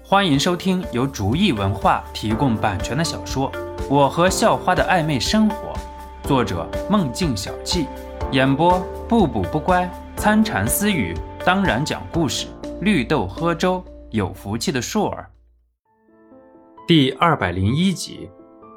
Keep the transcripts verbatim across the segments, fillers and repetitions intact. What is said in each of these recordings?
欢迎收听由竹意文化提供版权的小说《我和校花的暧昧生活》，作者梦境小憩，演播不补不乖、参禅私语，当然讲故事，绿豆喝粥，有福气的硕儿。第二百零一集。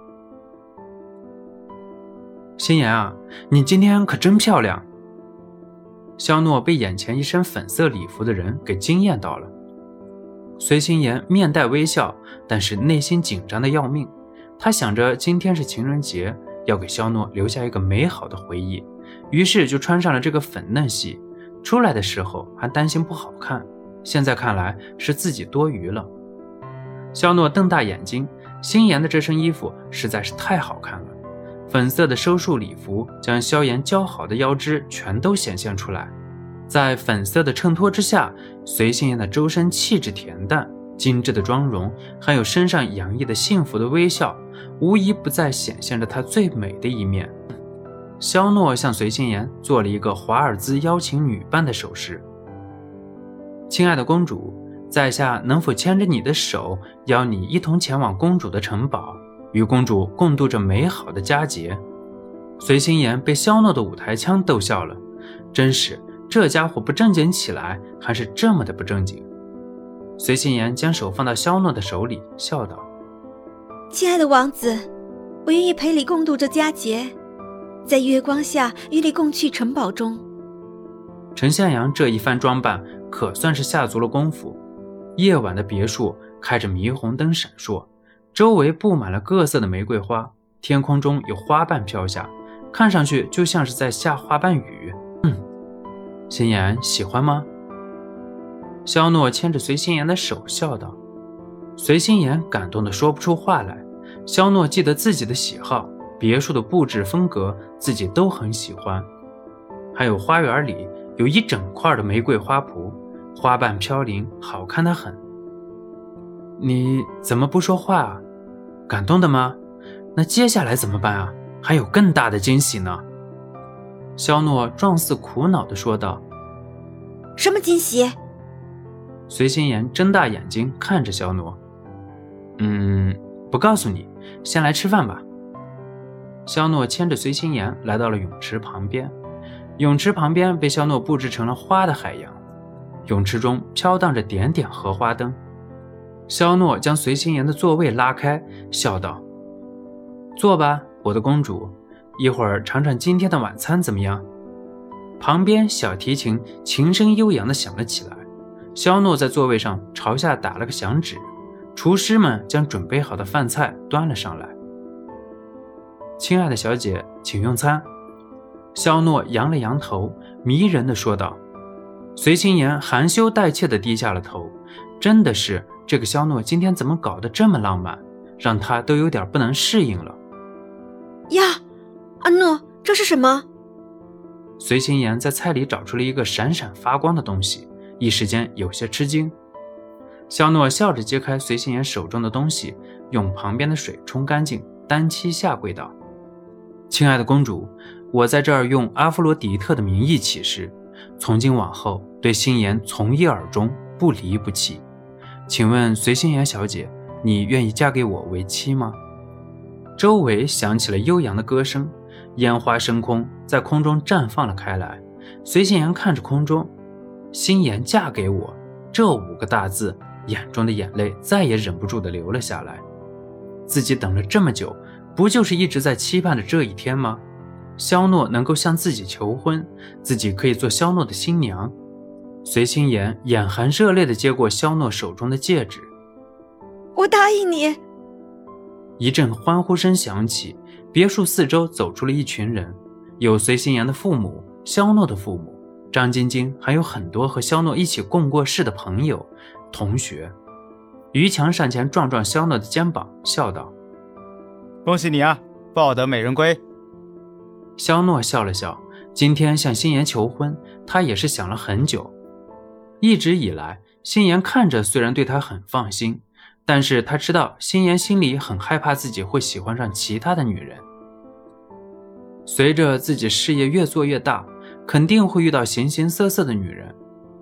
心妍啊，你今天可真漂亮。肖诺被眼前一身粉色礼服的人给惊艳到了。随心妍面带微笑，但是内心紧张的要命。她想着今天是情人节，要给肖诺留下一个美好的回忆，于是就穿上了这个粉嫩系。出来的时候还担心不好看，现在看来是自己多余了。肖诺瞪大眼睛，心妍的这身衣服实在是太好看了。粉色的收束礼服将萧妍姣好的腰肢全都显现出来，在粉色的衬托之下，随心妍的周身气质恬淡，精致的妆容，还有身上洋溢的幸福的微笑，无一不再显现着她最美的一面。肖诺向随心妍做了一个华尔兹邀请女伴的手势。亲爱的公主，在下能否牵着你的手，邀你一同前往公主的城堡，与公主共度这美好的佳节？随心妍被肖诺的舞台腔逗笑了，真是这家伙不正经起来还是这么的不正经。随心妍将手放到肖诺的手里，笑道： 亲爱的王子，我愿意陪你共度这佳节，在月光下与你共去城堡中。 陈向阳这一番装扮可算是下足了功夫。夜晚的别墅开着霓虹灯闪烁，周围布满了各色的玫瑰花，天空中有花瓣飘下，看上去就像是在下花瓣雨。嗯，心妍喜欢吗？肖诺牵着随心妍的手笑道。随心妍感动得说不出话来。肖诺记得自己的喜好，别墅的布置风格自己都很喜欢，还有花园里有一整块的玫瑰花圃，花瓣飘零，好看得很。你怎么不说话啊？感动的吗？那接下来怎么办啊？还有更大的惊喜呢。肖诺状似苦恼地说道。 什么惊喜？ 随心妍睁大眼睛看着肖诺。嗯，不告诉你，先来吃饭吧。肖诺牵着随心妍来到了泳池旁边，泳池旁边被肖诺布置成了花的海洋，泳池中飘荡着点点荷花灯。肖诺将随心妍的座位拉开，笑道：坐吧，我的公主，一会儿尝尝今天的晚餐怎么样？旁边小提琴琴声悠扬地响了起来，肖诺在座位上朝下打了个响指，厨师们将准备好的饭菜端了上来。亲爱的小姐，请用餐。肖诺扬了扬头，迷人地说道。随心妍含羞带怯地低下了头，真的是这个肖诺今天怎么搞得这么浪漫，让他都有点不能适应了。 呀，阿诺，这是什么？ 随心妍在菜里找出了一个闪闪发光的东西，一时间有些吃惊。肖诺笑着揭开随心妍手中的东西，用旁边的水冲干净，单膝下跪道：亲爱的公主，我在这儿用阿弗罗狄特的名义起誓，从今往后对心妍从一而终，不离不弃。请问随心妍小姐，你愿意嫁给我为妻吗？周围响起了悠扬的歌声，烟花升空，在空中绽放了开来。随心妍看着空中，心妍嫁给我这五个大字，眼中的眼泪再也忍不住地流了下来。自己等了这么久，不就是一直在期盼着这一天吗？肖诺能够向自己求婚，自己可以做肖诺的新娘。随心妍眼含热泪地接过肖诺手中的戒指。 我答应你。 一阵欢呼声响起，别墅四周走出了一群人，有随心妍的父母，肖诺的父母，张晶晶，还有很多和肖诺一起共过事的朋友同学。于强上前撞撞肖诺的肩膀，笑道： 恭喜你啊，抱得美人归。 肖诺笑了笑，今天向心妍求婚，他也是想了很久。一直以来，心妍看着虽然对他很放心，但是他知道心妍心里很害怕自己会喜欢上其他的女人。随着自己事业越做越大，肯定会遇到形形色色的女人。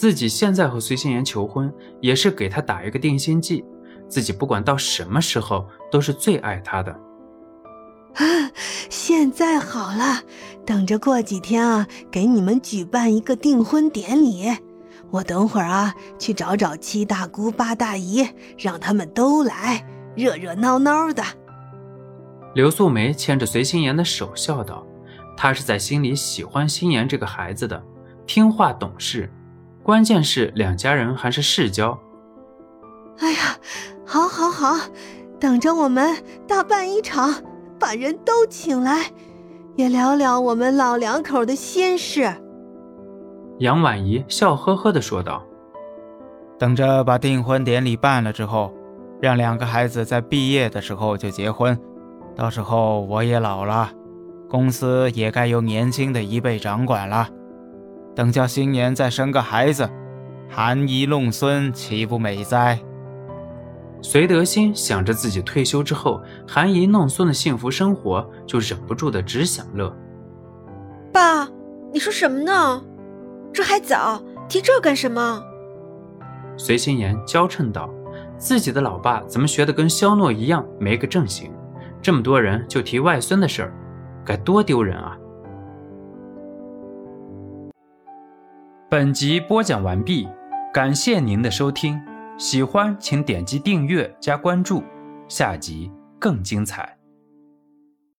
自己现在和随心妍求婚，也是给他打一个定心剂，自己不管到什么时候都是最爱他的。 啊，现在好了，等着过几天啊，给你们举办一个订婚典礼。我等会儿啊，去找找七大姑八大姨，让他们都来，热热闹闹的。 刘素梅牵着随心妍的手笑道，她是在心里喜欢心妍这个孩子的，听话懂事，关键是两家人还是世交。 哎呀，好好好，等着我们大办一场，把人都请来，也聊聊我们老两口的心事。 杨婉仪笑呵呵地说道， 等着把订婚典礼办了之后，让两个孩子在毕业的时候就结婚，到时候我也老了，公司也该由年轻的一辈掌管了，等叫新年再生个孩子，含饴弄孙，岂不美哉？ 隋德兴想着自己退休之后含饴弄孙的幸福生活，就忍不住的只想乐。 爸，你说什么呢？这还早，提这干什么？ 随心妍娇嗔道，自己的老爸怎么学得跟肖诺一样没个正形，这么多人就提外孙的事儿，该多丢人啊。本集播讲完毕，感谢您的收听，喜欢请点击订阅加关注，下集更精彩。